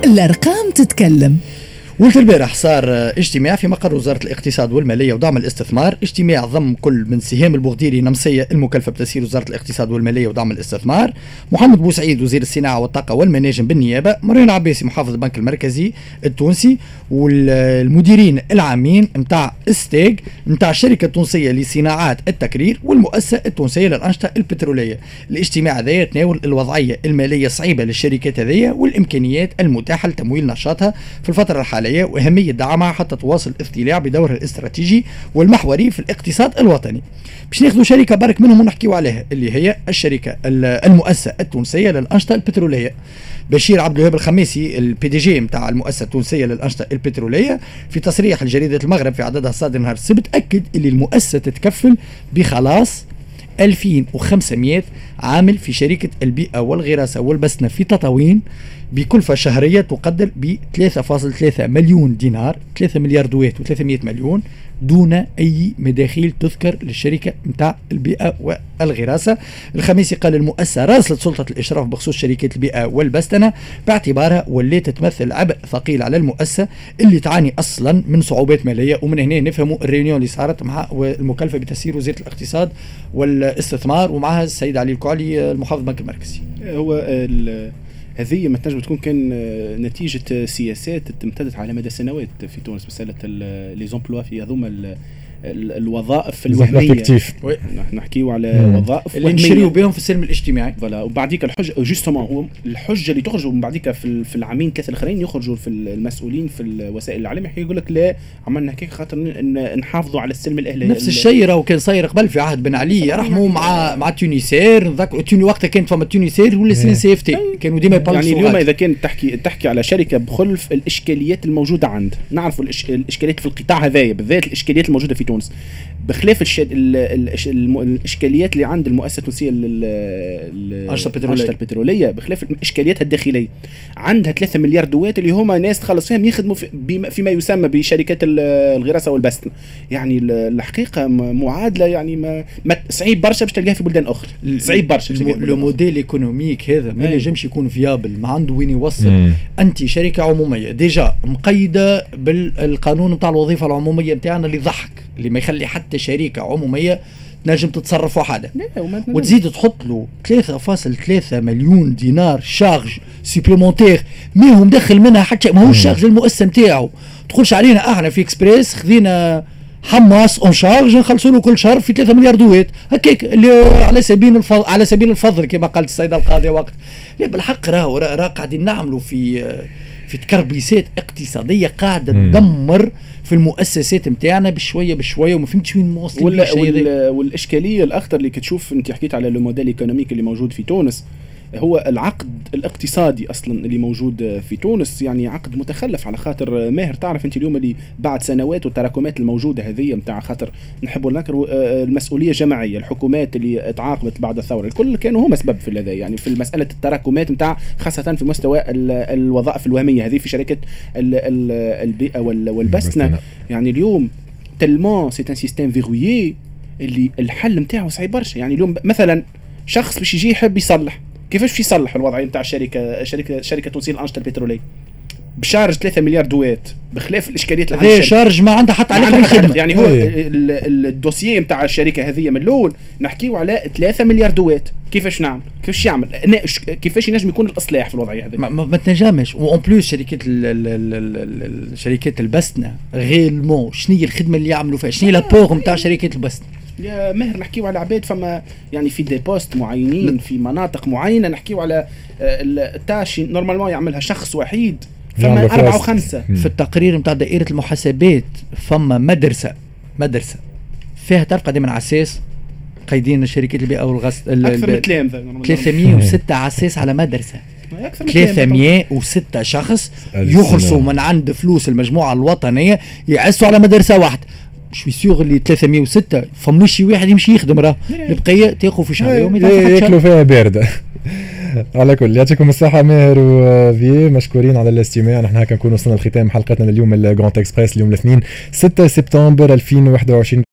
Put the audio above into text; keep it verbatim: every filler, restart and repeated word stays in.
الأرقام تتكلم. ولت البارح صار اجتماع في مقر وزارة الاقتصاد والمالية ودعم الاستثمار، اجتماع ضم كل من سهام البغديري نمسية المكلفة بتسيير وزارة الاقتصاد والمالية ودعم الاستثمار، محمد بوسعيد وزير الصناعة والطاقة والمناجم بالنيابة، مريان عباسي محافظ البنك المركزي التونسي، والمديرين العامين متاع استاغ متاع الشركة التونسية لصناعات التكرير والمؤسسة التونسية للأنشطة البترولية. الاجتماع هذا يتناول الوضعية المالية الصعيبة للشركات هذه والإمكانيات المتاحة لتمويل نشاطها في الفترة الحالية وأهمية دعمها حتى تواصل الاستيلاء بدورها الاستراتيجي والمحوري في الاقتصاد الوطني. باش ناخذوا شركة برك منهم ونحكيوا عليها اللي هي الشركة المؤسسة التونسية للأنشطة البترولية. بشير عبد الوهاب الخميسي البي دي جي نتاع المؤسسة التونسية للأنشطة البترولية في تصريح لجريدة المغرب في عددها الصادر نهار السبت أكد اللي المؤسسة تتكفل بخلاص ألفين وخمسمائة عامل في شركة البيئة والغراسة والبسنة في تطاوين بكلفة شهرية تقدر ب ثلاثة فاصلة ثلاثة مليون دينار، ثلاثة مليار دوات و300 مليون، دون أي مداخيل تذكر للشركة متاع البيئة والغراسة. الخميسي قال المؤسسة راسلت سلطة الإشراف بخصوص شركة البيئة والبسنة باعتبارها ولات تمثل عبء ثقيل على المؤسسة اللي تعاني أصلا من صعوبات مالية. ومن هنا نفهموا الريونيون اللي صارت مع المكلفة بتسيير وزيرة الاقتصاد والاستثمار ومعها السيد علي الكعلي المحافظ البنك المركزي. هو هذه ما تنجم تكون كان نتيجة سياسات امتدت على مدى سنوات في تونس، مسألة لي زومبلوا في هذوما الوظائف الوهميه، نحكيو على وظائف اللي نشريو بهم في السلم الاجتماعي فوالا. وبعديك الحجه جوستومون هو الحجه اللي تخرجوا من بعديك في, في العامين ثلاثه الاخرين يخرجوا في المسؤولين في الوسائل الاعلام يقول لك لا عملنا هيك خاطر نحافظوا على السلم الاهلي. نفس الشيء راهو كان صاير قبل في عهد بن علي يرحموا مع مع تونسير، نذكر توني وقتها كانت فما تونسير ولا سي سي اف تي كانوا ديما يطلعوا. يعني اليوم اذا كان تحكي تحكي على شركه بخلف الاشكاليات الموجوده عند نعرفوا الاشكاليات في القطاع هذايا بالذات، الاشكاليات الموجوده في تونس بخلاف الش... ال... ال... الاشكاليات اللي عند المؤسسه التونسيه للأنشطة البتروليه، بخلاف اشكالياتها الداخليه عندها ثلاثة مليار دوات اللي هما ناس تخلص فيهم يخدموا في... بما... فيما يسمى بشركات الغراسه والبسن. يعني الحقيقه معادله يعني ما... ما صعيب برشا باش تلقاها في بلدان اخرى، صعيب برشا. لو موديل ايكونوميك هذا ما ينجمش يكون فيابل، ما عنده وين يوصل. مم. انت شركه عموميه ديجا مقيده بالقانون نتاع الوظيفه العموميه نتاعنا اللي ضحك اللي ما يخلي حتى شركة عمومية تنجم تتصرف وحدها، وتزيد تحط له ثلاثة فاصلة ثلاثة مليون دينار شارج سوبليمونتير ما هو مدخل منها حتى ما هو الشارج المؤسسة نتاعو. تقولش علينا احنا في اكسبريس خذينا حماس اون شارج نخلصوا له كل شهر في ثلاثة مليار دوات هكاك اللي على سبيل الفضل على سبيل الفضل كما قالت السيدة القاضية وقت. لا بالحق راهو راه قاعدين نعملوا في في تكربيسات اقتصادية قاعدة تدمر في المؤسسات نتاعنا بشويه بشويه وما فهمتش وين موصلين. ولا وال والاشكاليه الاخطر اللي كتشوف انت حكيت على لو موديل ايكونوميك اللي موجود في تونس هو العقد الاقتصادي اصلا اللي موجود في تونس، يعني عقد متخلف على خاطر ماهر. تعرف انت اليوم اللي بعد سنوات والتراكمات الموجوده هذه نتاع خاطر نحبوا نذكروا المسؤوليه الجماعيه، الحكومات اللي تعاقبت بعد الثوره الكل كانوا هما سبب في هذا، يعني في مساله التراكمات نتاع خاصه في مستوى الوظائف الوهميه هذه في شركات البيئه والبسنه. يعني اليوم تلمون سي ان سيستيم فيغويي اللي الحل نتاعو صعيب برشا. يعني اليوم مثلا شخص باش يجي يحب يصلح، كيفاش في يصلح الوضعيه نتاع الشركه شركه شركه تونسيه للأنشطة البتروليه بشارج ثلاثة مليار دوات بخلاف الاشكاليات اللي عندها شارج ما عندها حتى عليها الخدمه. يعني هو الدوسييه نتاع الشركه هذه من الاول نحكيو على ثلاثة مليار دوات. كيفاش نعمل كيفاش يعمل كيفاش ينجم يكون الاصلاح في الوضعيه هذه؟ ما, ما تنجمش. وان بلوس شركات شركات البسنه غيلمون شنو هي الخدمه اللي يعملوا فيها، شنو هي لابور نتاع شركات البسنه يا ماهر؟ نحكيو على عباد فما يعني في دي بوست معينين في مناطق معينه، نحكيو على التاشي نورمالمون يعملها شخص وحيد فما أربعة وخمسة. في التقرير نتاع دائرة المحاسبات فما مدرسة مدرسة فيها ترقى دي من عساس قايدين شركات البيئة والغسل أكثر من ثلاثمائة وستة عساس على مدرسة، ثلاثمائة وستة شخص يخلصوا من عند فلوس المجموعة الوطنية يعسوا على مدرسة واحدة. شوي سيغ اللي ثلاثمائة وستة فمش شي واحد يمشي يخدم راه البقية تاخذ في شهر يومي ياكلوا فيها باردة. على كل يعطيكم الصحة ماهر وفي مشكورين على الاستماع. نحن هكا نكون وصلنا لختام حلقتنا اليوم الجراند اكسبريس اليوم الاثنين ستة سبتمبر ألفين وواحد وعشرين.